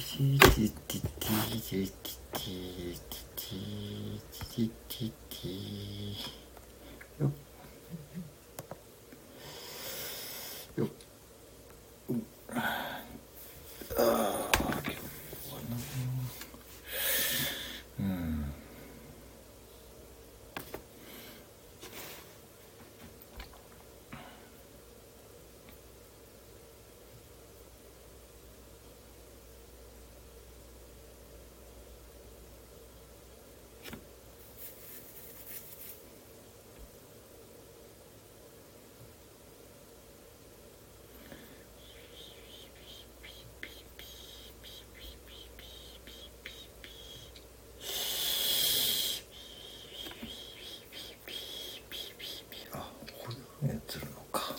よっ。やってるのか。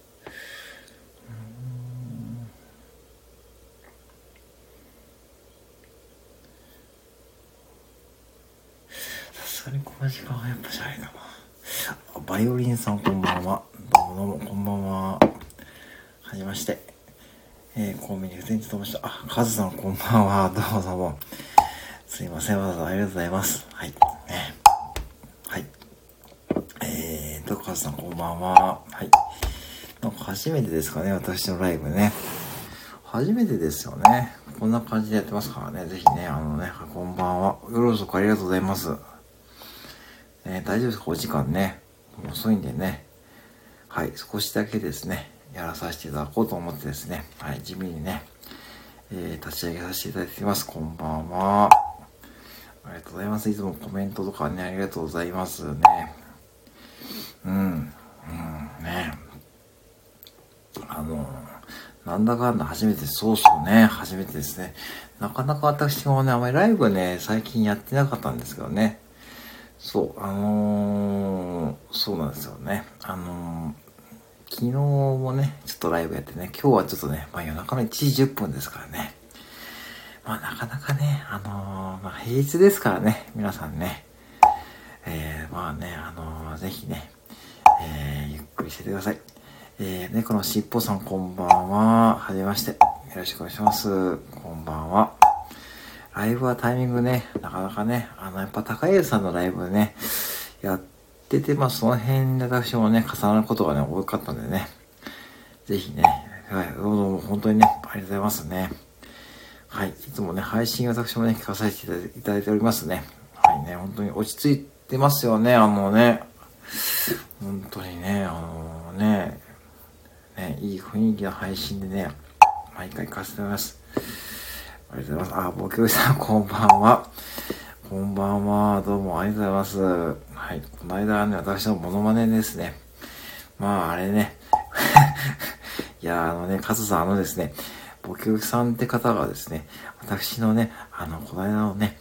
さすがにこの時間はやっぱしゃれだな。バイオリンさんこんばんは。どうもこんばんは。はじめまして。コンビニ不全治と申した。カズさんこんばんは。どうもどうも。すいません。わざわざありがとうございます。はい。はい。カズさんこんばんは。はい。なんか初めてですかね、私のライブね。初めてですよね。こんな感じでやってますからね。ぜひね、こんばんは。よろしくありがとうございます。大丈夫ですか、お時間ね。遅いんでね。はい、少しだけですね、やらさせていただこうと思ってですね。はい、地味にね、立ち上げさせていただいています。こんばんは。ありがとうございます。いつもコメントとかね、ありがとうございますね。ね。なんだかんだ初めて、そうそうね、初めてですね。なかなか私もね、あまりライブね、最近やってなかったんですけどね。そう、そうなんですよね。昨日もね、ちょっとライブやってね、今日はちょっとね、夜中の1時10分ですからね。なかなかね、平日ですからね、皆さんね。ぜひね、ゆっくりしててください。猫のしっぽさんこんばんは。はじめまして。よろしくお願いします。こんばんは。ライブはタイミングね、なかなかね、やっぱ高家さんのライブね、やってて、その辺で私もね、重なることがね、多かったんでね。ぜひね、はい、どうも本当にね、ありがとうございますね。はい、いつもね、配信私もね、聞かさせていただいておりますね。はいね、本当に落ち着いてますよね、本当にね、いい雰囲気の配信でね、毎回聞かせてもらいます。ありがとうございます。ボキョイさん、こんばんは。こんばんは。どうもありがとうございます。はい。この間はね、私のモノマネですね。あれね。いや、カズさん、ですね、ボキョイさんって方がですね、私のね、この間のね、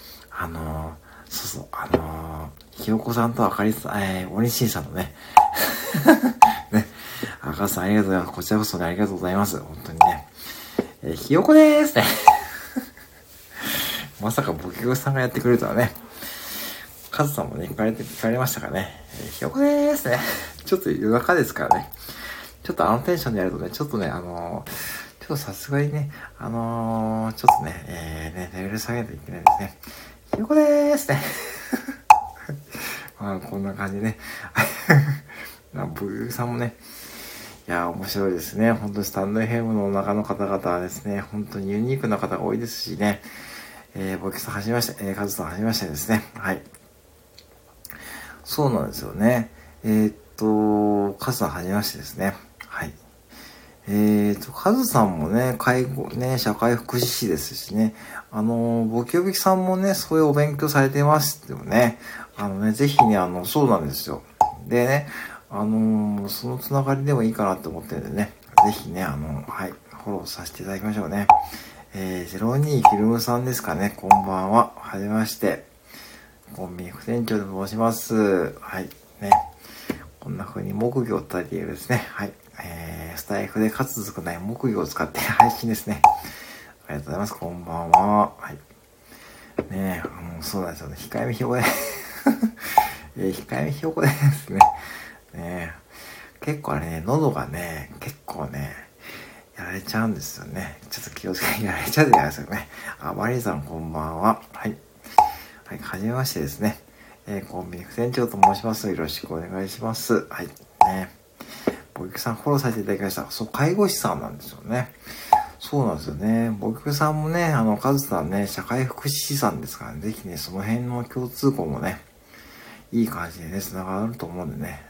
ひよこさんとあかりさん、おにしんさんのね、ね、赤さんありがとうございます。こちらこそね、ありがとうございます。本当にね。ひよこでーすね。まさかボキョイさんがやってくれるとはね。カズさんもね、聞かれましたかね。ひよこでーすね。ちょっと夜中ですからね。ちょっとテンションでやるとね、ちょっとね、ちょっとさすがにね、ちょっとね、レベル下げないといけないですね。ひよこでーすね。こんな感じでね。ブーさんもね、いや、面白いですね。本当にスタンドFMの中の方々はですね、本当にユニークな方が多いですしね。ボキさんはじめまして、カズさんはじめましてですね。はい。そうなんですよね。カズさんはじめましてですね。はい。カズさんもね、介護ね、社会福祉士ですしね。ボキョビキさんもね、そういうお勉強されてますよね。ぜひね、そうなんですよ。でね、そのつながりでもいいかなって思ってるんでね。ぜひね、はい、フォローさせていただきましょうね。02フィルムさんですかね。こんばんは。はじめまして。コンビニ副店長で申します。はい。ね。こんな風に木魚を伝えているですね。はい。スタイフで数少ない木魚を使って配信ですね。ありがとうございます。こんばんは。はい。ねえ、そうなんですよね。控えめひよこで控えめひよこですね。ねえ。結構あれね、喉がね、結構ね、ややられちゃうんですよね。ちょっと気をつけてやられちゃうじゃないですかね。マリーさんこんばんは。はい。はい、はじめましてですね。コンビニ副店長と申します。よろしくお願いします。はい。ね。ボキさんフォローさせていただきました。そう、介護士さんなんですよね。そうなんですよね。ボキさんもね、カズさんね、社会福祉士さんですからね、ぜひね、その辺の共通項もね、いい感じでね、繋がると思うんでね。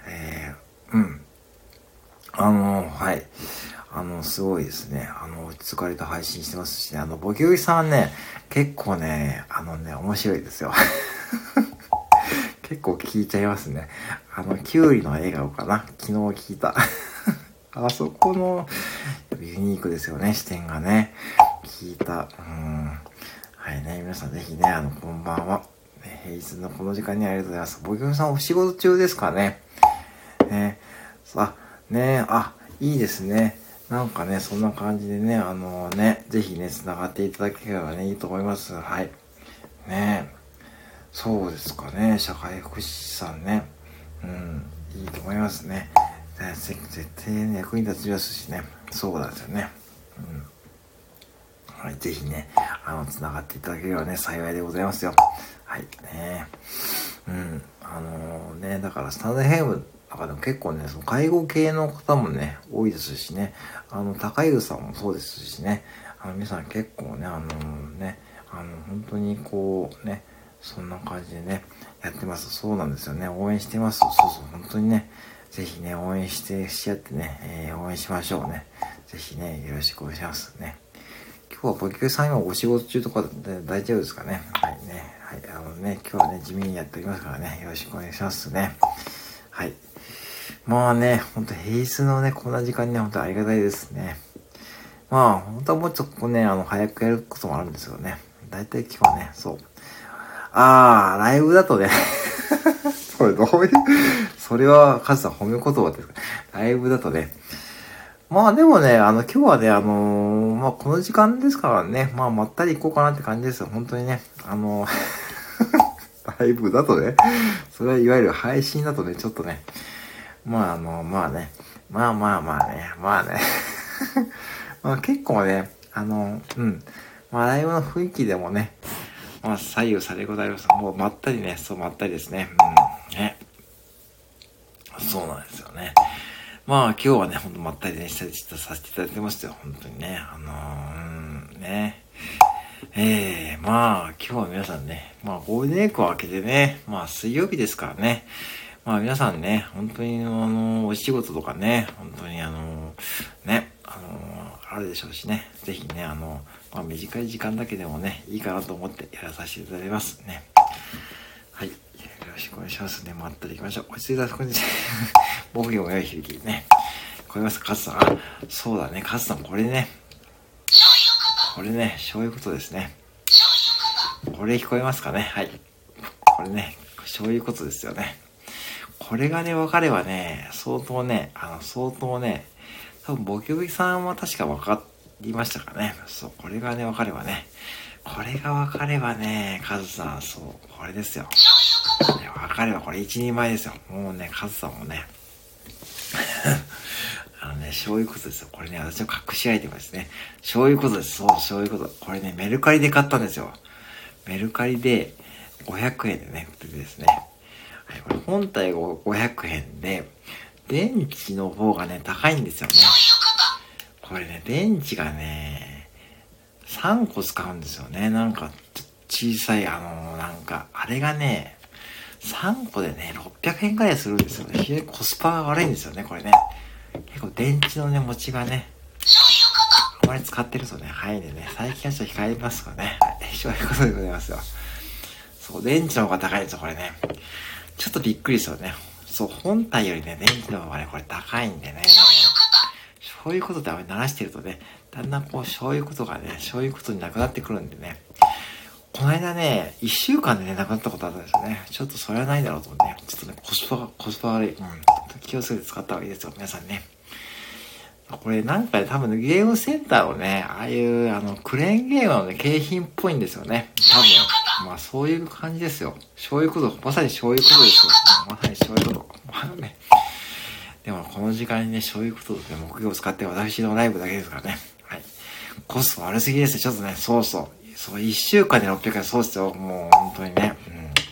はい。すごいですね。落ち着かれた配信してますしね。ボキウイさんね、結構ね、面白いですよ。結構聞いちゃいますね。キュウリの笑顔かな。昨日聞いた。あそこの、ユニークですよね、視点がね。聞いた。はいね、皆さんぜひね、こんばんは。平日のこの時間にありがとうございます。ボキウイさんお仕事中ですかね。いいですね。なんかね、そんな感じでね、ぜひね、繋がっていただければね、いいと思います。はい。ねそうですかね、社会福祉士さんね。いいと思いますね。絶対ね、役に立ちますしね。そうなんですよね。はい、ぜひね、繋がっていただければね、幸いでございますよ。はい、ねだからスタンドヘイムだから結構ね、その介護系の方もね、多いですしね、高湯さんもそうですしね、皆さん結構ね、本当にこうね、そんな感じでね、やってます。そうなんですよね。応援してます。そう、本当にね、ぜひね、応援し合ってね、応援しましょうね。ぜひね、よろしくお願いしますね。今日はボキューさん今お仕事中とかで大丈夫ですかね。はいね。はい、今日はね、地味にやっておりますからね、よろしくお願いしますね。はい。まあね、ほんと平日のね、こんな時間にね、ほんとありがたいですね。まあ、本当はもうちょっとね、早くやることもあるんですよね。だいたい今日はね、そう。ライブだとね、それどういう、それは、カズさん褒め言葉ですか？ライブだとね、まあでもね、今日はね、この時間ですからね、まったり行こうかなって感じですよ。本当にね、ライブだとね、それはいわゆる配信だとね、ちょっとね、まあね、まあ結構ね、ライブの雰囲気でもね、左右されることあります。もうまったりね、そうまったりですね。ね。そうなんですよね。今日はね、ほんとまったりね、させていただいてますよ。本当にね。今日は皆さんね、ゴールデンウィークを明けてね、水曜日ですからね。皆さんね、本当にお仕事とかね、本当にあるでしょうしね。ぜひね、短い時間だけでもね、いいかなと思ってやらさせていただきますね。はい。よろしくお願いしますね。まったり行きましょう。落ち着いたところに僕にも良い響きね。聞こえますか、カズさん。そうだね、カズさん、これね、そういうことですね。これ聞こえますかね。はい。これね、そういうことですよね。これがね、分かればね、相当ね、多分ボキボキさんは確か分かりましたかね。そう、これがね、分かればね。これが分かればね、カズさん、そう、これですよ。分かればこれ一人前ですよ。もうね、カズさんもね。そういうことですよ。これね、私の隠しアイテムですね。そういうことです。そういうこと。これね、メルカリで買ったんですよ。メルカリで500円でね、売っててですね。はい、これ本体が500円で、電池の方がね、高いんですよね。これね、電池がね、3個使うんですよね。なんか、小さい、あれがね、3個でね、600円くらいするんですよね。非常にコスパが悪いんですよね、これね。結構電池のね、持ちがね、あまり使ってるとね、早いんでね、最近はちょっと控えますからね。はい、そういうことでございますよ。そう、電池の方が高いんですよ、これね。ちょっとびっくりですよね。そう、本体よりね、電池の方がね、これ高いんでね。そういうことで鳴らしてるとね、だんだんこう、そういうことがね、そういうことになくなってくるんでね。この間ね、1週間でね、なくなったことあったんですよね。ちょっとそれはないだろうと思ってね。ちょっとね、コスパ悪い。気をつけて使った方がいいですよ、皆さんね。これなんかね、多分ね、ゲームセンターをね、ああいうクレーンゲームのね、景品っぽいんですよね。多分。そういう感じですよ。そういうこと、まさにそういうことですよ。まさにそういうこと。 でもこの時間にね、そういうことで木魚を使って私のライブだけですからね。はい。コスト悪すぎですね。ちょっとね、そう、1週間で600円、そうですよ。もう本当にね。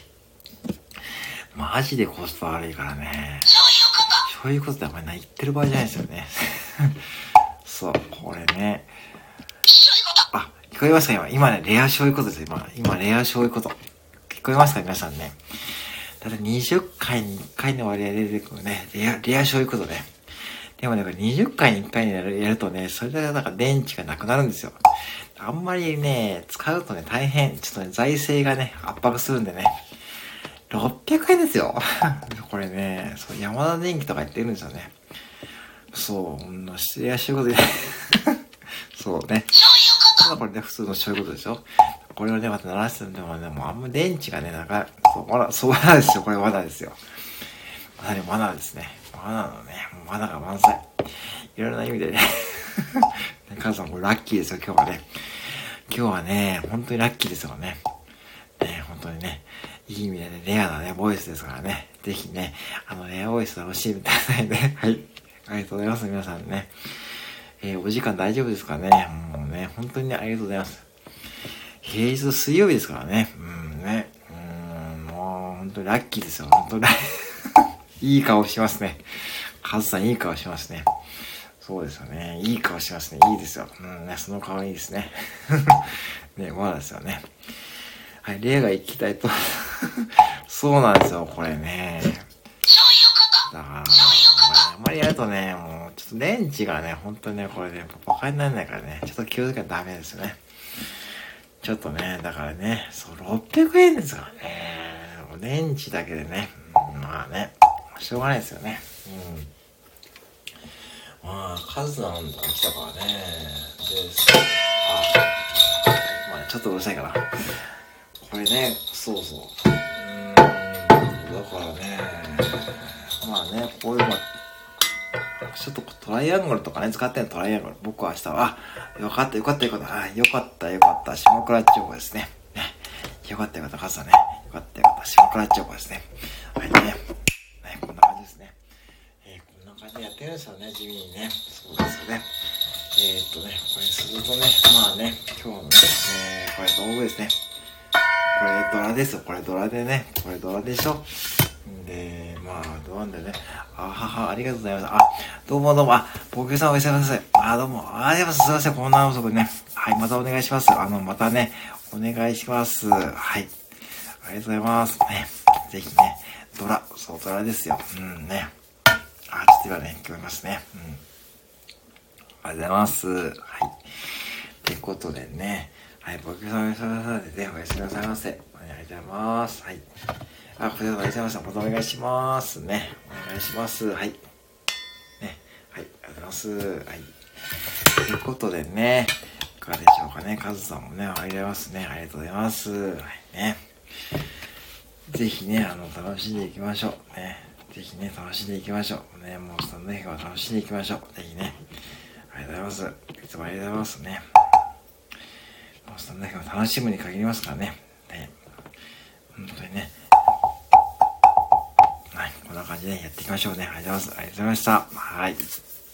マジでコスト悪いからね。そういうことってあんまり言ってる場合じゃないですよね。そう、これね。あ、聞こえますか今ね、レアそういうことですよ。今レアそういうこと。聞こえますか皆さんね。ただ20回に1回の割合で出てくるね。レアそういうことね。でもね、20回に1回にやるとね、それでなんか電池がなくなるんですよ。あんまりね、使うとね、大変。ちょっとね、財政がね、圧迫するんでね。600円ですよ。これね、そう、山田電機とか言ってるんですよね。そう、失礼やしいうことで。そうね。ただこれね、普通のそういうことでしょ。これをね、また鳴らしてんでもね、もうあんま電池がね、なんか、罠ですよ。これ罠ですよ。罠ですね。罠のね、罠が満載。いろいろな意味でね。母さん、これラッキーですよ、今日はね。今日はね、本当にラッキーですよね。ね、本当にね、いい意味でね、レアなね、ボイスですからね。ぜひね、レアボイス楽しみくださいね。はい。ありがとうございます、皆さんね。お時間大丈夫ですかね。もうね、本当にね、ありがとうございます。平日水曜日ですからね。もう本当にラッキーですよ。本当にいい顔しますね。カズさんいい顔しますね。そうですよね。いい顔しますね。いいですよ。ね、その顔いいですね。ね、まだですよね。はい、例が行きたいと。そうなんですよ、これね。だから、あんまりやるとね、もう、ちょっと電池がね、本当にね、これね、バカにならないからね、ちょっと気をつけないとダメですよね。ちょっとね、だからね、そう、600円ですからね。電池だけでね、まあね、しょうがないですよね。まあ、カズさんが来たからね。まあ、ちょっとうるさいかな。これね、そう。だからね、まあね、こういうの、ちょっとトライアングルとかね、使ってんのトライアングル。僕は明日は、よかった。よかった。下倉っちょこですね。よかった、カズさんね。よかった、下倉っちょこですね。はいね。こんな感じですね。こんな感じでやってるんですよね、地味にね。そうですよね。これするとね、まあね、今日のね、これ道具ですね。これドラですよ。これドラでね。これドラでしょ。で、まあ、どうなんだよね。ありがとうございます。どうも。ポケさんおやすみなさい。どうも。ありがとうございます。すいません。こんな遅くね。はい、またお願いします。またね、お願いします。はい。ありがとうございます。ね。ぜひね、ドラですよ。ね。ちょっと今ね、聞こえますね。ありがとうございます。はい。ってことでね。はい、ポケさんおやすみなさいでね、おやすみなさいませ。ありがとうございます。はい。これでお願いしました。またお願いしますね。お願いします。はい。ね。はい。ありがとうございます。はい。ということでね、いかがでしょうかね。カズさんもね、ありがとうございますね。ありがとうございます。はいね。ぜひね、楽しんでいきましょう。ね。ぜひね、楽しんでいきましょう。ね、もうスタンド F を楽しんでいきましょう。ぜひね。ありがとうございます。いつもありがとうございますね。もうスタンド F を楽しむに限りますからね。ね。本当にね。はい、こんな感じでやっていきましょうね。ありがとうございました。はい。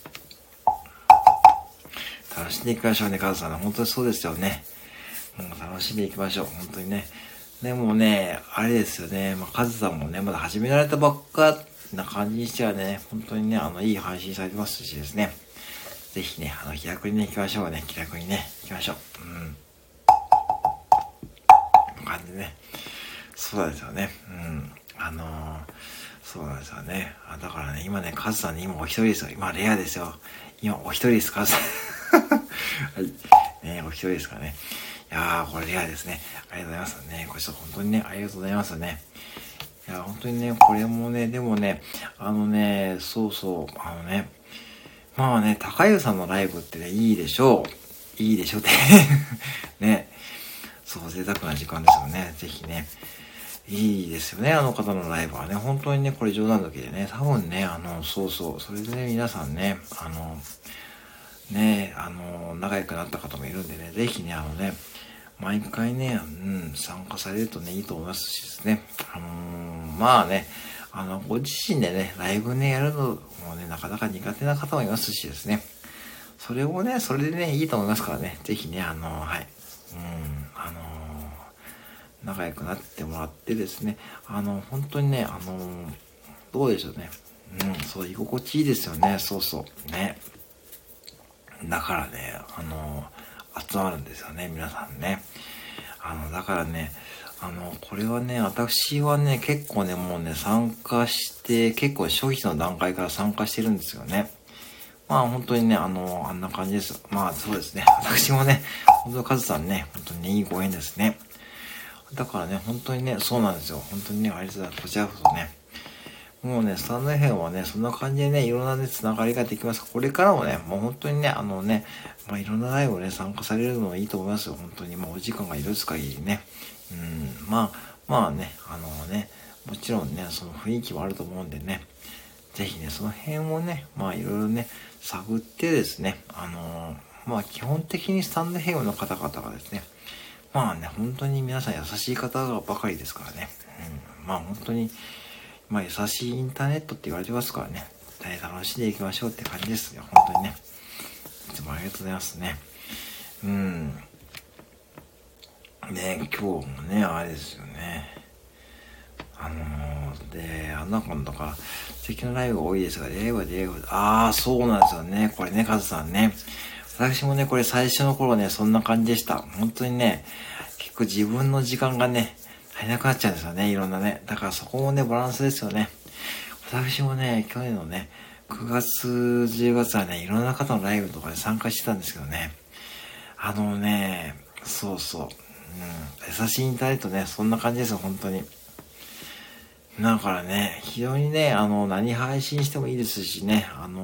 楽しんでいきましょうね、カズさん。本当にそうですよね。もう楽しんでいきましょう。本当にね。でもね、あれですよね。カズさんもね、まだ始められたばっかな感じにしてはね、本当にね、いい配信されてますしですね。ぜひね、気楽にね、行きましょうね。気楽にね、行きましょう。こんな感じでね。そうですよね。そうなんですよね。だからね、今ね、カズさんね、今お一人ですよ。今レアですよ。今お一人です、カズさん。はい。ね、お一人ですからね。いやー、これレアですね。ありがとうございますね。これちょっと本当にね、ありがとうございますね。いや、本当にね、これもね、でもね、まあね、高湯さんのライブってね、いいでしょう。いいでしょってね。そう、贅沢な時間ですよね。ぜひね。いいですよね、あの方のライブはね。本当にね、これ冗談だけでね、多分ね、それでね、皆さんね、仲良くなった方もいるんでね、ぜひね、毎回ね、参加されるとね、いいと思いますしですね。まあね、 ご自身でね、ライブね、やるのもね、なかなか苦手な方もいますしですね。それをね、それでね、いいと思いますからね、ぜひね、はい。仲良くなってもらってですね、本当にね、どうでしょうね。そう、居心地いいですよね、そうそう。ね。だからね、集まるんですよね、皆さんね。だからね、これはね、私はね、結構ね、もうね、参加して、結構初期の段階から参加してるんですよね。まあ本当にね、あんな感じです。まあそうですね。私もね、本当にカズさんね、本当にね、いいご縁ですね。だからね、本当にね、そうなんですよ。本当にね、ありがとうございます。こちらこそね。もうね、スタンドFMはね、そんな感じでね、いろんなね、つながりができます。これからもね、もう本当にね、まあいろんなライブね、参加されるのもいいと思いますよ。本当に、もうお時間が許す限りね。まあね、もちろんね、その雰囲気もあると思うんでね、ぜひね、その辺をね、まあいろいろね、探ってですね、まあ基本的にスタンドFMの方々がですね、まあね、本当に皆さん優しい方ばかりですからね。まあ本当に、まあ優しいインターネットって言われてますからね。楽しんでいきましょうって感じですよ。本当にね。いつもありがとうございますね。ね、今日もね、あれですよね。今度から素敵なライブが多いですが、令和、そうなんですよね。これね、カズさんね。私もね、これ最初の頃ね、そんな感じでした。本当にね、結構自分の時間がね、足りなくなっちゃうんですよね、いろんなね。だからそこもね、バランスですよね。私もね、去年のね、9月、10月はね、いろんな方のライブとかで参加してたんですけどね。そうそう。優しいインターネットね、そんな感じですよ、本当に。だからね、非常にね、何配信してもいいですしね、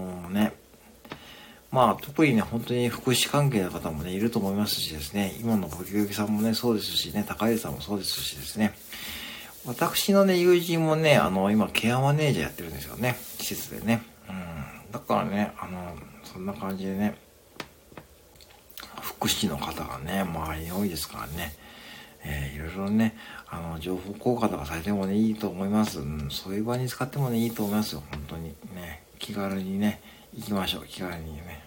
まあ、特にね、本当に福祉関係の方もね、いると思いますしですね、今のご教育さんもね、そうですしね、高井さんもそうですしですね、私のね、友人もね、今、ケアマネージャーやってるんですよね、施設でね。だからね、そんな感じでね、福祉の方がね、周りに多いですからね、いろいろね、情報交換とかされてもね、いいと思います。そういう場に使ってもね、いいと思いますよ、本当に。ね、気軽にね、行きましょう、気軽にね。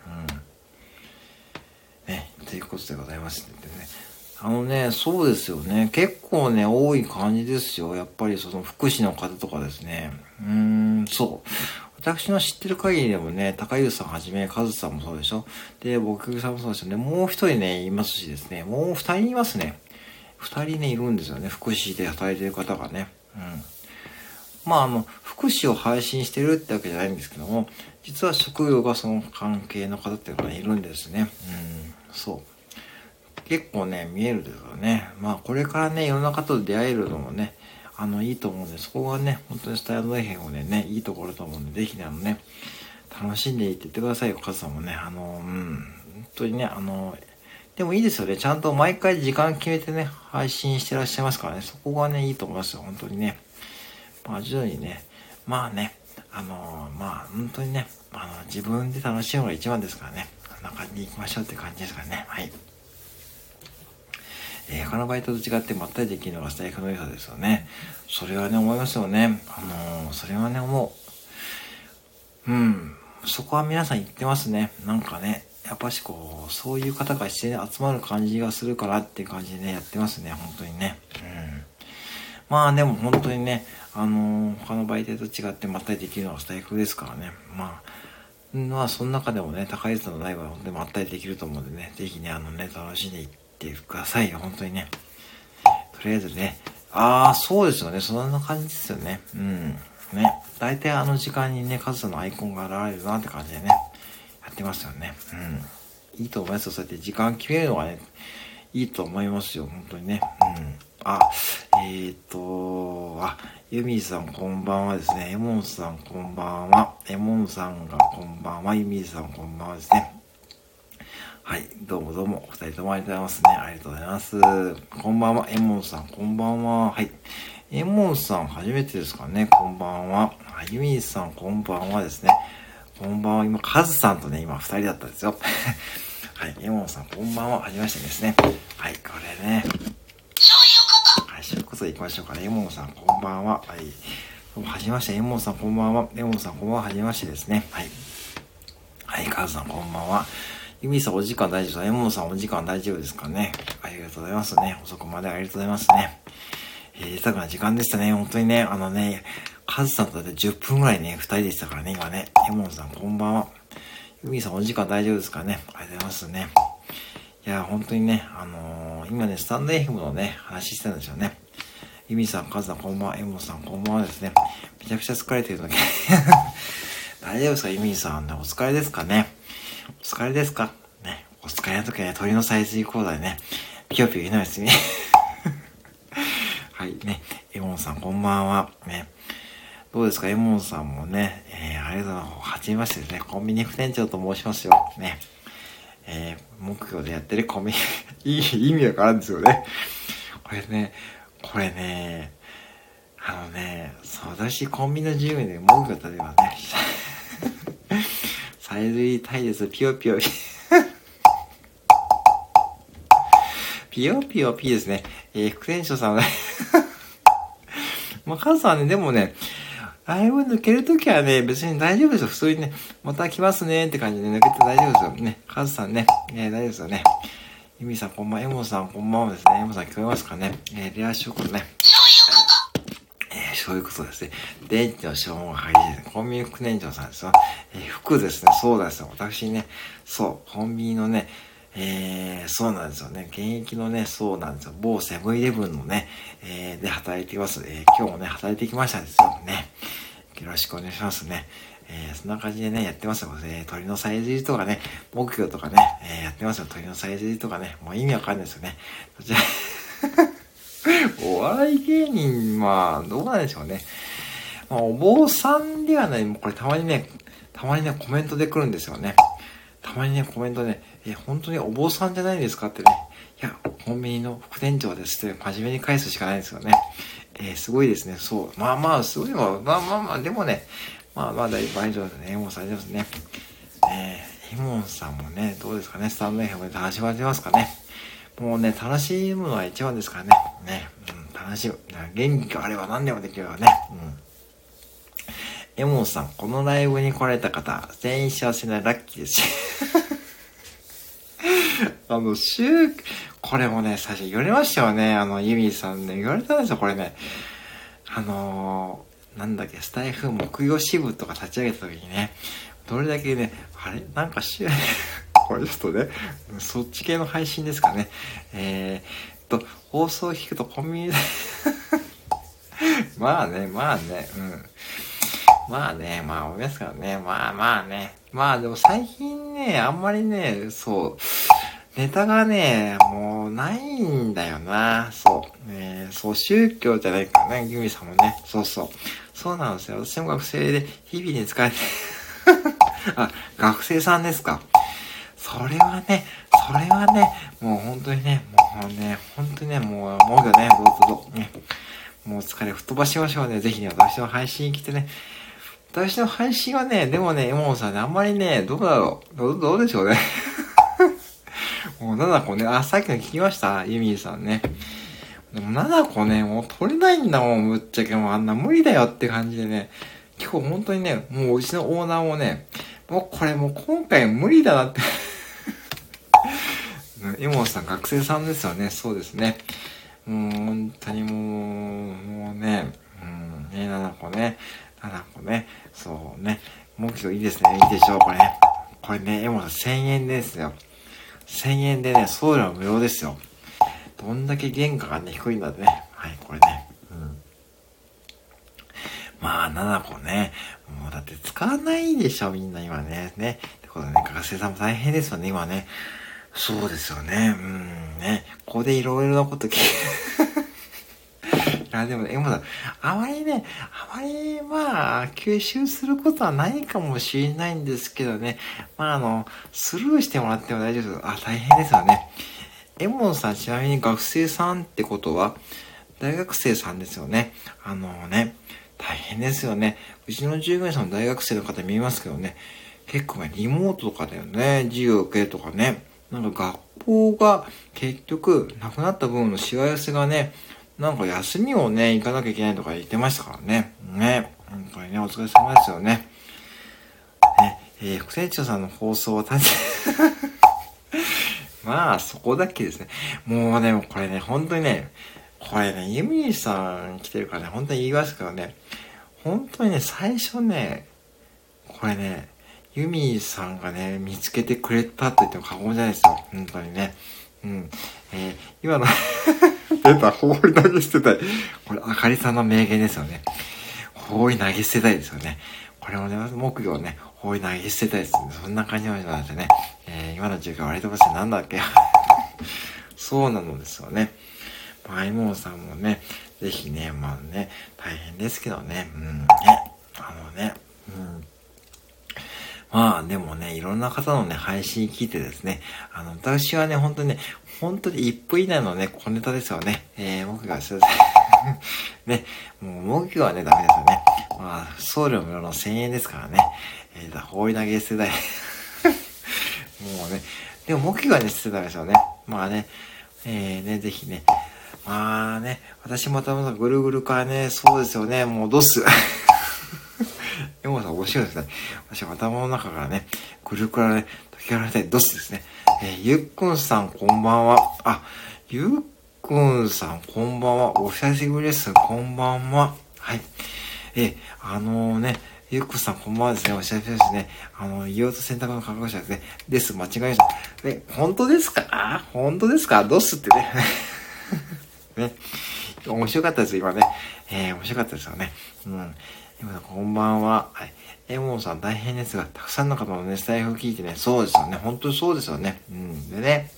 ね、ということでございますね。そうですよね。結構ね、多い感じですよ。やっぱりその福祉の方とかですね。そう。私の知ってる限りでもね、高優さんはじめ、カズさんもそうでしょ。で、僕さんもそうですよね。もう一人ね、いますしですね。もう二人いますね。二人ね、いるんですよね。福祉で働いてる方がね。まあ、福祉を配信してるってわけじゃないんですけども、実は職業がその関係の方っていうのがいるんですね。そう。結構ね、見えるですよね。まあ、これからね、いろんな方と出会えるのもね、いいと思うんで、そこがね、本当にスタイルの変をね、いいところだと思うんで、ぜひね、楽しんでいって言ってくださいよ、カズさんもね。本当にね、でもいいですよね。ちゃんと毎回時間決めてね、配信してらっしゃいますからね、そこがね、いいと思いますよ、本当にね。まあ、徐々にね、まあね、本当にね、自分で楽しむのが一番ですからね、こんな感じに行きましょうって感じですからね、はい。他のバイトと違ってまったりできるのがスタイフの良さですよね。それはね、思いますよね。それはね、思う。そこは皆さん言ってますね。なんかね、やっぱしこう、そういう方が自然に集まる感じがするからっていう感じでね、やってますね、本当にね。まあでも本当にね、他の媒体と違ってまったりできるのはスタイフですからね。まあその中でもね、高い人のライブは本当にまったりできると思うんでね、ぜひね、楽しんでいってくださいよ、本当にね。とりあえずね、そうですよね、そんな感じですよね。ね、大体時間にね、カズさんのアイコンが現れるなって感じでね、やってますよね。いいと思いますよ、そうやって時間決めるのがね、いいと思いますよ、本当にね。ユミさんこんばんはですね。エモンさんこんばんは。エモンさんがこんばんは。ユミさんこんばんはですね。はい、どうもどうも、お二人ともありがとうございますね。ありがとうございます。こんばんは。エモンさんこんばんは。はい。エモンさん初めてですかね。こんばんは。ユミさんこんばんはですね。こんばんは。今、カズさんとね、今二人だったんですよ。はい、エモンさんこんばんは。はじめましてですね。はい、これね。そういうことで行きましょうかね。エモンさんこんばんは。はい。 どうもはじめまして、エモンさんこんばんは。エモンさんこんばんは、はじめましてですね。はい。はい、カズさんこんばんは。ユミさんお時間大丈夫ですか？エモンさんお時間大丈夫ですかね？ありがとうございますね。遅くまでありがとうございますね。贅沢な時間でしたね。本当にね、カズさんとで10分ぐらいね、2人でしたからね、今ね。エモンさんこんばんは。ユミさんお時間大丈夫ですかね？ありがとうございますね。いや、本当にね、今ね、スタンド FM のね、話してたんですよね。ユミさん、カズさんこんばんは。エモンさんこんばんはですね。めちゃくちゃ疲れてるので。大丈夫ですか？ユミさん、お疲れですかね？お疲れですかね。お疲れの時はね、鳥の再生講座でね、ピヨピヨ言いないですね。はいね。エモンさんこんばんは。ね。どうですか？エモンさんもね、ありがとうございます。はじめましてですね。コンビニ副店長と申しますよ。ね。目標でやってるコンビニ、意味わからんですよね。これね、そう、私コンビニの従業員で目標立てばね、サイズリータイです、ピヨピヨ。ピヨピヨピーですね。副店長さんはね、まあ、カズさんはね、でもね、ライブ抜けるときはね、別に大丈夫ですよ。普通にね、また来ますねって感じで抜けて大丈夫ですよ。ね、カズさんね、大丈夫ですよね。ユミさんこんばんは、エモさんこんばんはですね。エモさん聞こえますかね？レアショックね。そういうことですね。電池の消耗が激しいですね。コンビニ副店長さんですよ。服ですね。そうですよ。私ね、そう、コンビニのね、そうなんですよね。現役のね、そうなんですよ。某セブンイレブンのね、で働いています。今日もね、働いてきましたですよね。よろしくお願いしますね。そんな感じでね、やってますよ。鳥のさえずりとかね、目標とかね、やってますよ。鳥のさえずりとかね、もう意味わかんないですよね。そちらお笑い芸人、まあ、どうなんでしょうね。まあ、お坊さんではない、もうこれたまにね、コメントで来るんですよね。たまにね、コメントで、本当にお坊さんじゃないですかってね。いや、コンビニの副店長ですって真面目に返すしかないんですよね。すごいですね。そう。まあまあ、すごいわ。まあ、でもね、まあまあ、大丈夫ですね。エモンさん大丈夫ですね。エモンさんもね、どうですかね。スタンド FM で始まってますかね。もうね、楽しむのは一番ですからね。ね。楽しむ。元気があれば何でもできるわね。エモンさん、このライブに来られた方、全員幸せなラッキーです。これもね、最初言われましたよね。ユミさんね、言われたんですよ、これね。なんだっけ、スタイフ木曜支部とか立ち上げた時にね、どれだけね、これちょっとね、そっち系の配信ですかね。放送を聞くとコンビニでまあね、思いますからね。まあね。まあでも最近ね、あんまりね、そう、ネタがね、もうないんだよな。そう。そう、宗教じゃないからね、ユミさんもね。そう。そうなんですよ。私も学生で日々に使えてあ、学生さんですか。それはね、もう本当にね、もううね、どうぞ、ね。もう疲れ吹っ飛ばしましょうね。ぜひね、私の配信来てね。私の配信はね、でもね、エモンさんね、あんまりね、どうだろう。どうでしょうね。もう、7個ね、さっきの聞きましたユミさんね。でも、7個ね、もう取れないんだもん、ぶっちゃけ。もうあんな無理だよって感じでね。今日本当にね、もううちのオーナーもね、もうこれもう今回無理だなって。エモンさん学生さんですよね。そうですね。もう本当にもうね、7個ね、そうね。目標いいですね。いいでしょう、これ。これね、エモンさん1000円ですよ。1000円でね、送料無料ですよ。どんだけ原価がね、低いんだってね。はい、これね。まあ、7個ね。もうだって使わないでしょ、みんな今ね。ね。ってことでね、学生さんも大変ですよね、今ね。そうですよね。ね。ここでいろいろなこと聞いや、でもね、エモさん、あまりまあ、吸収することはないかもしれないんですけどね。まあ、スルーしてもらっても大丈夫です。大変ですよね。エモンさん、ちなみに学生さんってことは、大学生さんですよね。大変ですよね。うちの従業員さんの大学生の方見えますけどね。結構ね、リモートとかだよね。授業受けとかね。なんか学校が結局、なくなった分のしわ寄せがね、 なんか休みをね、行かなきゃいけないとか言ってましたからね。ね。本当にね、お疲れ様ですよね。ね、副船長さんの放送はまあ、そこだけですね。もうね、これね、本当にね、これね、ユミさん来てるからね、本当に言いますけどね、本当にね、最初ね、これね、ユミさんがね、見つけてくれたと言っても過言じゃないですよ。本当にね。うん。今の出た、放り投げ捨てたい。これ、あかりさんの名言ですよね。放り投げ捨てたいですよね。これもね、木魚をね、放り投げ捨てたいです、ね。そんな感じなんですよね。今の授業割としてなんだっけそうなのですよね。マイモンさんもね、ぜひね、まあね、大変ですけどね、まあでもね、いろんな方のね、配信聞いてですね、私はね、本当に1分以内のね、小ネタですよね。僕がすいません。ね、もう僕はね、ダメですよね。まあ、送料無料の1000円ですからね。放り投げ捨てたい。もうね、でも僕がね、捨てたんですよね。まあね、ぜひね、まあね、私も頭のぐるぐるからね、そうですよね、もうドス。エモさん面白いですね。私は頭の中からね、ぐるぐるね、解き放たいドスですね。ゆっくんさんこんばんは。ゆっくんさんこんばんは。お久しぶりです。こんばんは。はい。ゆっくんさんこんばんはですね。お久しぶりですね。言おうと選択の覚悟者ですね。です。間違えました。本当ですか？本当ですか？ドスってね。ね。面白かったです、今ね。面白かったですよね。うん。こんばんは。はい。エモンさん大変ですが、たくさんの方のね、スタイフを聞いてね、そうですよね。本当にそうですよね。うん。でね、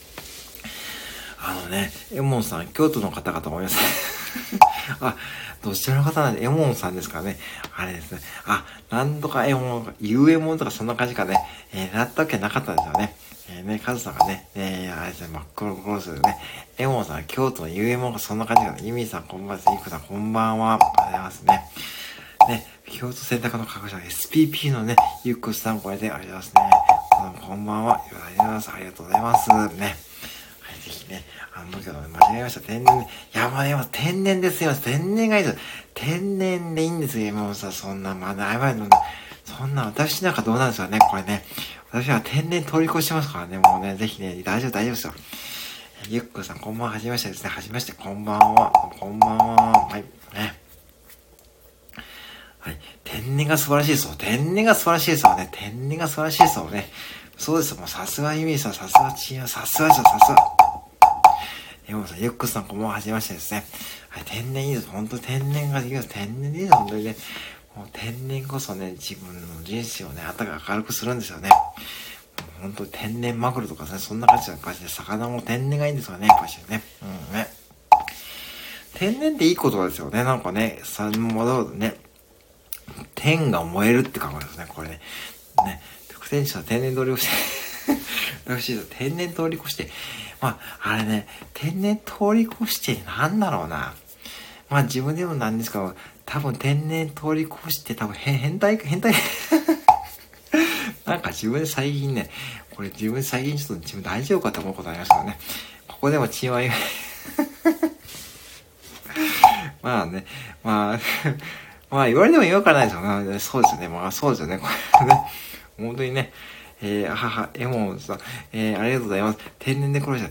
エモンさん、京都の方々思います。どちらの方なんで、エモンさんですかね。あれですね。なんとかエモン、ゆうエモンとかそんな感じかね。なったわけなかったんですよね。カズさんがね、あれですね、真っ黒殺すね。エモンさん、京都のゆうエモンがそんな感じかね。ユミさん、こんばんはです。イクさん、こんばんは。ありがとうございますね。ね、京都選択の科学者 SPP のね、ゆっくさん、これでありがとうございますね。こんばんは。ありがとうございます。ありがとうございます。ね。はい、ぜひね、僕は間違えました。天然、天然ですよ。天然がいいです。天然でいいんですよ。もうさ、そんな、まだ、そんな、私なんかどうなんですかね、これね。私は天然通り越してますからね、もうね、ぜひね、大丈夫ですよ。ゆっくさん、こんばんは。はじめましてですね。はじめまして、こんばんは。こんばんは。はい、ね。はい。天然が素晴らしいですよ。天然が素晴らしいですよね。天然が素晴らしいですよね。そうですよ。もうさすがユミさん、さすがチーム、さすがですよ、さすが。さん、ゆっくさん、こんばんは、はじめましてですね。はい、天然いいです。本当に天然がいいです。天然でいいです。本当にね。もう天然こそね、自分の人生をね、明るくするんですよね。本当に天然マグロとかね、そんな感じで、魚も天然がいいんですよね、やっぱしね。うんね。天然っていい言葉ですよね。なんかね、ね、天が燃えるって考えですね、これね。ね、副船長は天然通り越して私、天然通り越して、あれね、天然通り越してなんだろうな。自分でもなんですけど、多分天然通り越して多分変態なんか自分で最近ね、これ自分最近ちょっと自分大丈夫かと思うことありますからね。ここでもチームはまあね、言われても言わからないですよね。そうですよね。そうですよね。これね。本当にね。エモンさん、ありがとうございます。天然で殺した。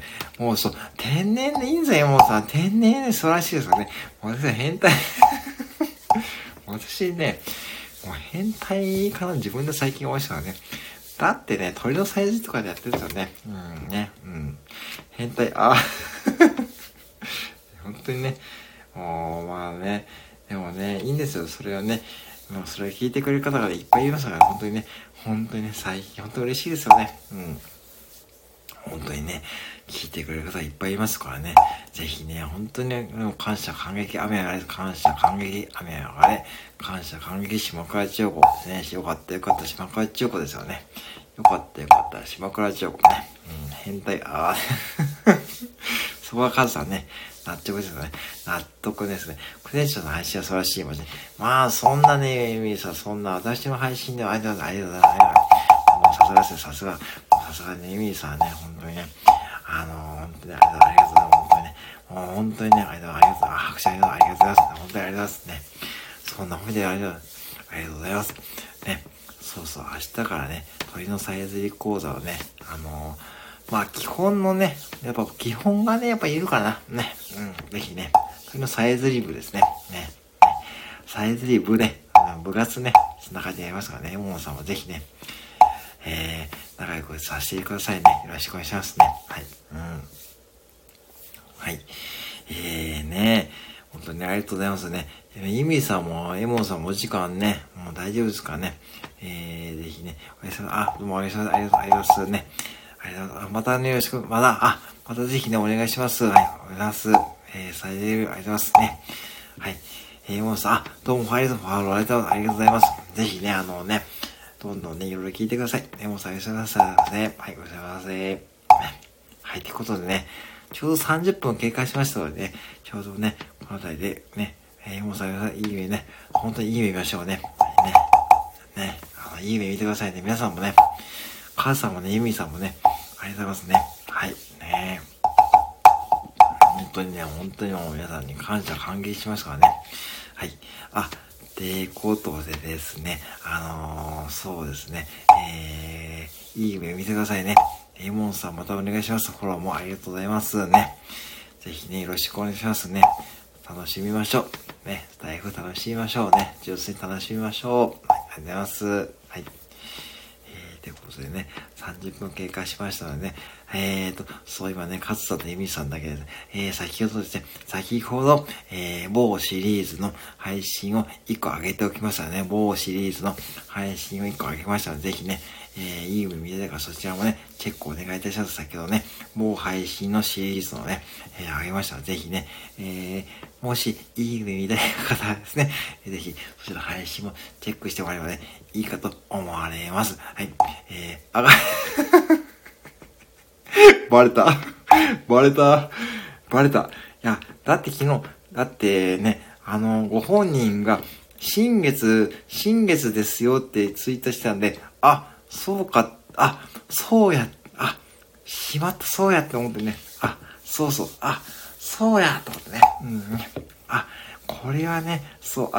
もうそう、天然でいいんですよ、エモンさん。天然で素晴らしいですよね。私は変態。私ね、もう変態かな自分で最近思いましたからね。だってね、鳥のサイズとかでやってるんですよね。変態、本当にね、でもね、いいんですよ、それはね。それを聞いてくれる方がいっぱいいますから、本当にね、最近、本当に嬉しいですよね。本当にね、聞いてくれる方いっぱいいますからね。ぜひね、本当にね、感謝、感激、雨上がれ、感謝、感激、雨上がれ、感謝、感激、島倉千代子ですね。よかった、島倉千代子ですよね。よかった、島倉千代子ね。変態、そこはカズさんね、納得ですよね。納得ですね。クレジットの配信は素晴らしいもんね。そんなね、エミさん、そんな私の配信ではありがとうございます。もうさすがですね、さすがね、エミさんね、本当にね。本当にありがとうございます。本当にね。 もう本当にね、ありがとうございます。拍手ありがとうございます。本当にありがとうございますね。そんな褒めてありがとうございます。ね。そうそう、明日からね、鳥のさえずり講座をね、まあ基本のね、やっぱ基本がね、やっぱいるかな。ね。ぜひね、鳥のさえずり部ですね。ね。さえずり部ね、部活ね、そんな感じでやりますからね、ももさんもぜひね、仲良くさせてくださいね。よろしくお願いしますね。はい。はい。ね、本当にありがとうございますね。イミさんも、エモンさんもお時間ね、もう大丈夫ですからね。ぜひね、おやすみ、どうもおやすみ、ありがとうございますね。ありがとうございます。またね、よろしく、またぜひね、お願いします。はい、お願いします。される、ありがとうございますね。はい。エモンさん、どうも、ありがとうございます。ぜひね、どんどんね、いろいろ聞いてください。エモンさん、よろしくお願いしますね。はい、ございますね。はい、ということでね、ちょうど30分経過しましたのでね、ちょうどね、この辺りでね、もうさ、いい夢ね、本当にいい夢見ましょうね。ね、いい夢見てくださいね。皆さんもね、母さんもね、ユミさんもね、ありがとうございますね。はい、ね。本当にもう皆さんに感謝歓迎しますからね。はい。ってことでですね、そうですね、いい夢見てくださいね。エモンさんまたお願いします。フォローもありがとうございますね。ぜひね、よろしくお願いしますね。楽しみましょう。ね、スタイフ楽しみましょうね。上手に楽しみましょう。はい、ありがとうございます。はい。ということでね、30分経過しましたのでね、そう今ね、勝田とエミさんだけでね、先ほど、某シリーズの配信を1個上げておきましたね。某シリーズの配信を1個上げましたので、ぜひね、いい夢見てたからそちらもね、チェックお願いいたします。先ほどね、某配信のシリーズのね、上げましたので、ぜひね、もしいい夢見たい方はですね、ぜひそちら配信もチェックしてもらえばね、いいかと思われます。はい。バレた。いや、だってね、ご本人が、新月ですよってツイートしたんで、そうか、そうや、しまった、そうやって思ってね、そう、そうやと思ってね、これはね、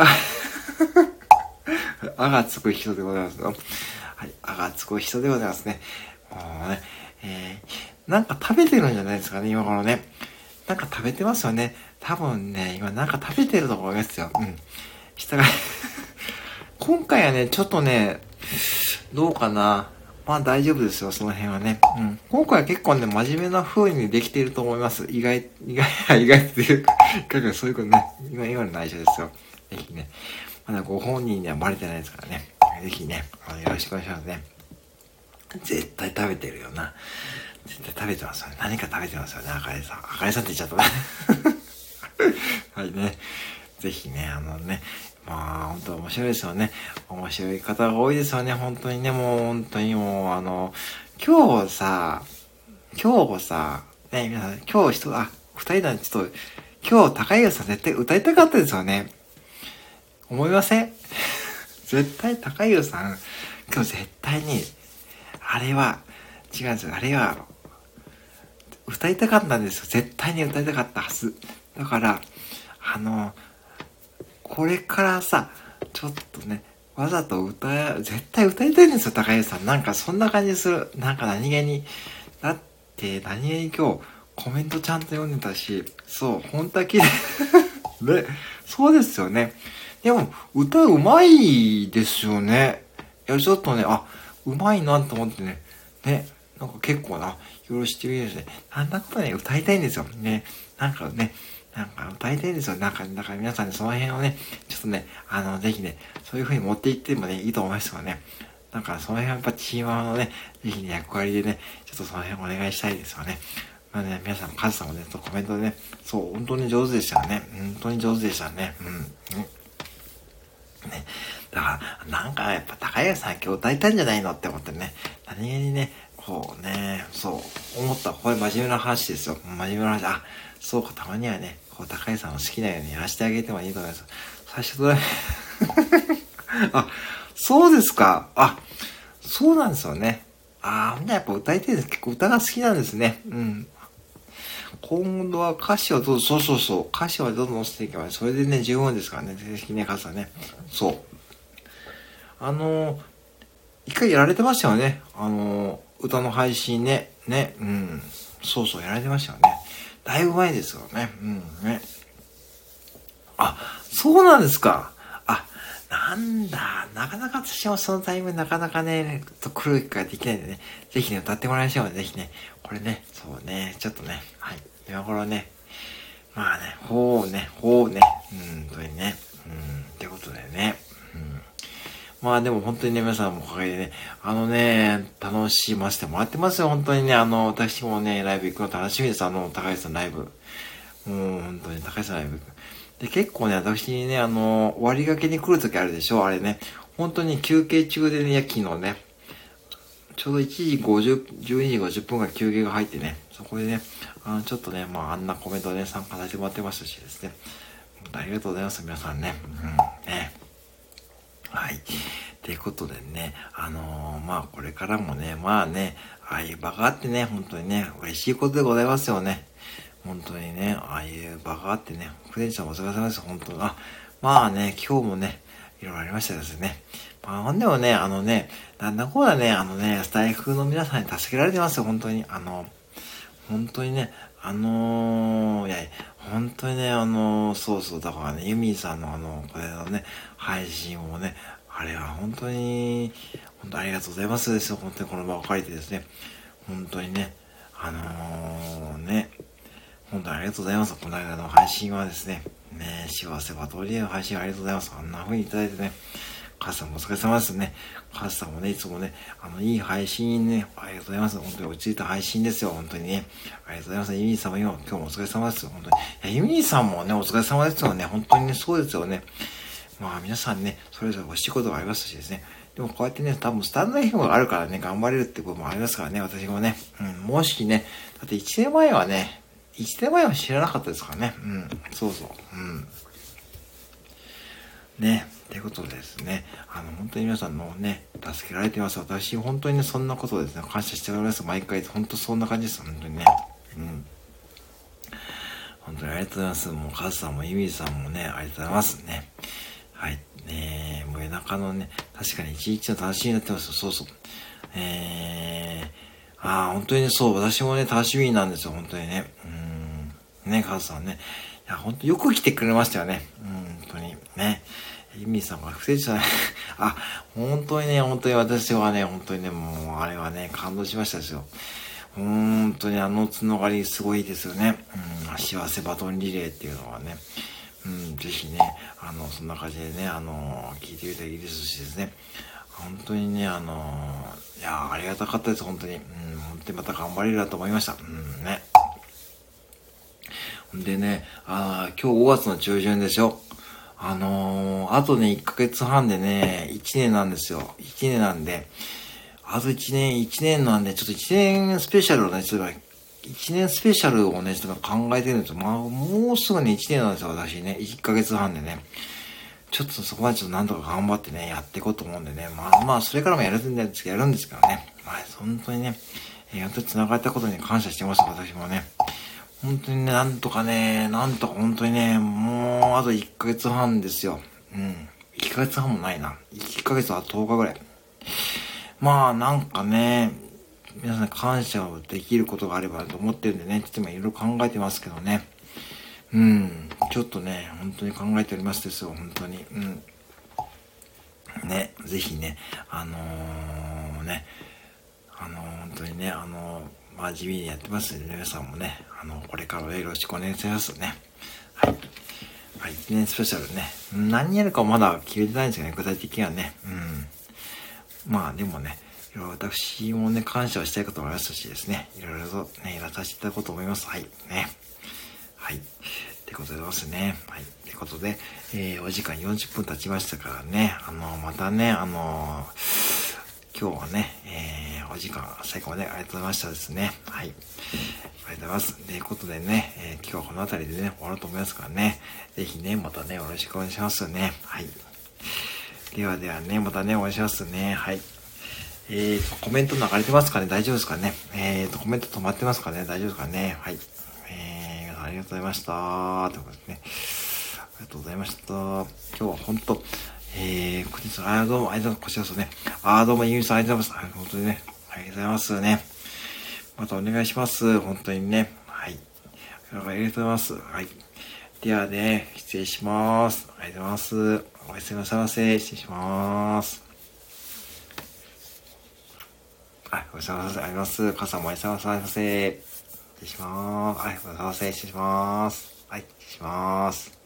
がつく人でございますよ。はい、がつく人でございますね。もうね、なんか食べてるんじゃないですかね、今頃ね。なんか食べてますよね。多分ね、今なんか食べてると思いますよ。下が今回はね、ちょっとね、どうかな。まあ大丈夫ですよ、その辺はね。今回は結構ね、真面目な風にできていると思います。意外っていうか、そういうことね、今の内緒ですよ。ぜひね、まだご本人にはバレてないですからね。ぜひね、よろしくお願いしますね。絶対食べてるよな。絶対食べてますよね。何か食べてますよね、赤井さん。赤井さんって言っちゃったね。はいね。ぜひね、まあ、本当面白いですよね。面白い方が多いですよね。本当にね、もう、本当にもう、今日さ、ね、皆さん、二人なんでちょっと、今日、高井さん絶対歌いたかったですよね。思いません絶対、高井さん、今日絶対に、あれは、違うんですよ。あれは、歌いたかったんですよ。絶対に歌いたかったはず。だから、これからさ、ちょっとね、わざと絶対歌いたいんですよ、高橋さん。なんかそんな感じする。なんか何気に。だって、何気に今日、コメントちゃんと読んでたし、そう、本当は綺麗。で、そうですよね。でも、歌うまいですよね。いや、ちょっとね、うまいなと思ってね。ね、なんか結構な、いろいろしてるですね。なんだかね、歌いたいんですよ。ね、なんか歌いたいんですよ。だから皆さんにその辺をね、ちょっとね、ぜひね、そういう風に持っていってもね、いいと思いますからね。その辺はやっぱチーマーのね、ぜひね、役割でね、ちょっとその辺お願いしたいですよね。まあね、皆さん、カズさんもね、コメントでね、そう、本当に上手でしたね。本当に上手でしたね。ね。だから、なんかやっぱ高谷さん今日歌いたいんじゃないのって思ってね、何気にね、こうね、そう思った。これ真面目な話ですよ。真面目な話。そうか、たまにはね、こう高谷さんの好きなようにやらせてあげてもいいと思います。最初どれそうですか。そうなんですよね。ほんとやっぱ歌いたいです。結構歌が好きなんですね。 今度は歌詞はどうぞ、そう。歌詞はどんどん載せていけば、それでね、十分ですからね、正式ね、カズさんね。そう。一回やられてましたよね。歌の配信ね。ね。うん。そう、やられてましたよね。だいぶ前ですよね。うん、ね。あ、そうなんですか。なんだ。なかなか私もそのタイミングなかなかね、来る機会できないんでね。ぜひね、歌ってもらいましょうね。ぜひね。これね、そうね、ちょっとね、はい。今頃ね、まあね、ほうね、とにね。ってことでね。まあでも本当にね、皆さんもおかげでね、楽しませてもらってますよ。本当にね、私もね、ライブ行くの楽しみです。高橋さんライブ。もう本当に高橋さんライブ行く。で、結構ね、私にね、終わりがけに来るときあるでしょ、あれね。本当に休憩中でね、昨日ね、ちょうど1時50、12時50分が休憩が入ってね、そこでね、ちょっとね、あんなコメントでね、参加させてもらってましたしですね。本当ありがとうございます、皆さんね。ね。はい。ということでね、これからもね、ああいう場があってね、本当にね、嬉しいことでございますよね。本当にね、ああいう場があってね、フレンチさんお疲れ様です、本当に。今日もね、いろいろありましたですね。ほんでもね、なんだこうだね、スタイフの皆さんに助けられてますよ、本当に。本当にね、いや、本当にね、だからね、ユミさんのこれのね、配信をね、あれは本当にありがとうございますですよ、本当にこの場を借りてですね、本当にね、本当にありがとうございます。この間の配信はですね、幸せバトリエの配信ありがとうございます。あんな風にいただいてね、カズさんもお疲れ様ですね。カズさんもね、いつもね、いい配信ね、ありがとうございます。本当に落ち着いた配信ですよ、本当にね。ありがとうございます。ユミさんも今日もお疲れ様です。本当に。いや、ユミさんもね、お疲れ様ですよね。本当にね、そうですよね。皆さんね、それぞれお仕事がありますしですね。でもこうやってね、多分スタンド FM があるからね、頑張れるってこともありますからね、私もね。もしね、だって1年前は知らなかったですからね。そう。ね、ということでですね、本当に皆さんのね、助けられてます。私、本当にね、そんなことですね、感謝しております。毎回、本当そんな感じです。本当にね。本当にありがとうございます。もう、カズさんも、イミさんもね、ありがとうございますね。はい。もう夜中のね、確かに一日の楽しみになってます。そう。本当にね、そう、私もね、楽しみなんですよ、本当にね。ね、カズさんね。いや、本当よく来てくれましたよね。本当に。ね。ユミさんが不正じゃない。本当に私はね、本当にね、もう、あれはね、感動しましたですよ。本当につながりすごいですよね。幸せバトンリレーっていうのはね。ぜひね、そんな感じでね、聞いてみたらいいですしですね。本当にね、いや、ありがたかったです、本当に。本当にまた頑張れるなと思いました。ね。でね、今日5月の中旬でしょ。あとね、1ヶ月半でね、1年なんですよ。1年なんで、あと1年なんで、ちょっと1年スペシャルをね、1年スペシャルをね、ちょっと考えてるんですよ。もうすぐね、1年なんですよ、私ね。1ヶ月半でね。ちょっとそこまでちょっとなんとか頑張ってね、やっていこうと思うんでね。それからもやるんですけどね。本当にね、やっと繋がったことに感謝してます、私もね。本当にね、なんとか本当にね、もうあと1ヶ月半ですよ。1ヶ月半もないな。1ヶ月は10日ぐらい。なんかね、皆さん感謝をできることがあればと思ってるんでね、ちょっと今いろいろ考えてますけどね。ちょっとね、本当に考えておりますですよ、本当に。ね、ぜひね、本当にね、地味にやってますんで、皆さんもね、これからよろしくお願いしますね。はい。1年スペシャルね。何やるかまだ決めてないんですよね、具体的にはね。でもね、私もね、感謝をしたいこともありますしですね、いろいろとね、やらさせていただこうと思います。はい。ね。はい。ってことでございますね。はい。ってことで、お時間40分経ちましたからね、またね、今日はね、お時間最後までありがとうございましたですね。はい。ありがとうございます。ということでね、今日はこの辺りでね、終わろうと思いますからね。ぜひね、またね、よろしくお願いしますね。はい。ではね、またね、お願いしますね。はい。コメント流れてますかね？大丈夫ですかね？コメント止まってますかね？大丈夫ですかね？はい。 ございました。ということでね。ありがとうございました。今日は本当、こちら、どうも、ありがとうございます。こちらこそね。どうも、ゆみさん、ありがとうございます。本当にね。ありがとうございますね。またお願いします。本当にね。はい。ありがとうございます。はい。ではね、失礼します。ありがとうございます。おやすみなさいませ。失礼します。おやすみなさい。ありがとうございます。母さんもおやすみなさいませ。失礼します。おやすみなさい。失礼します。はい、失礼します。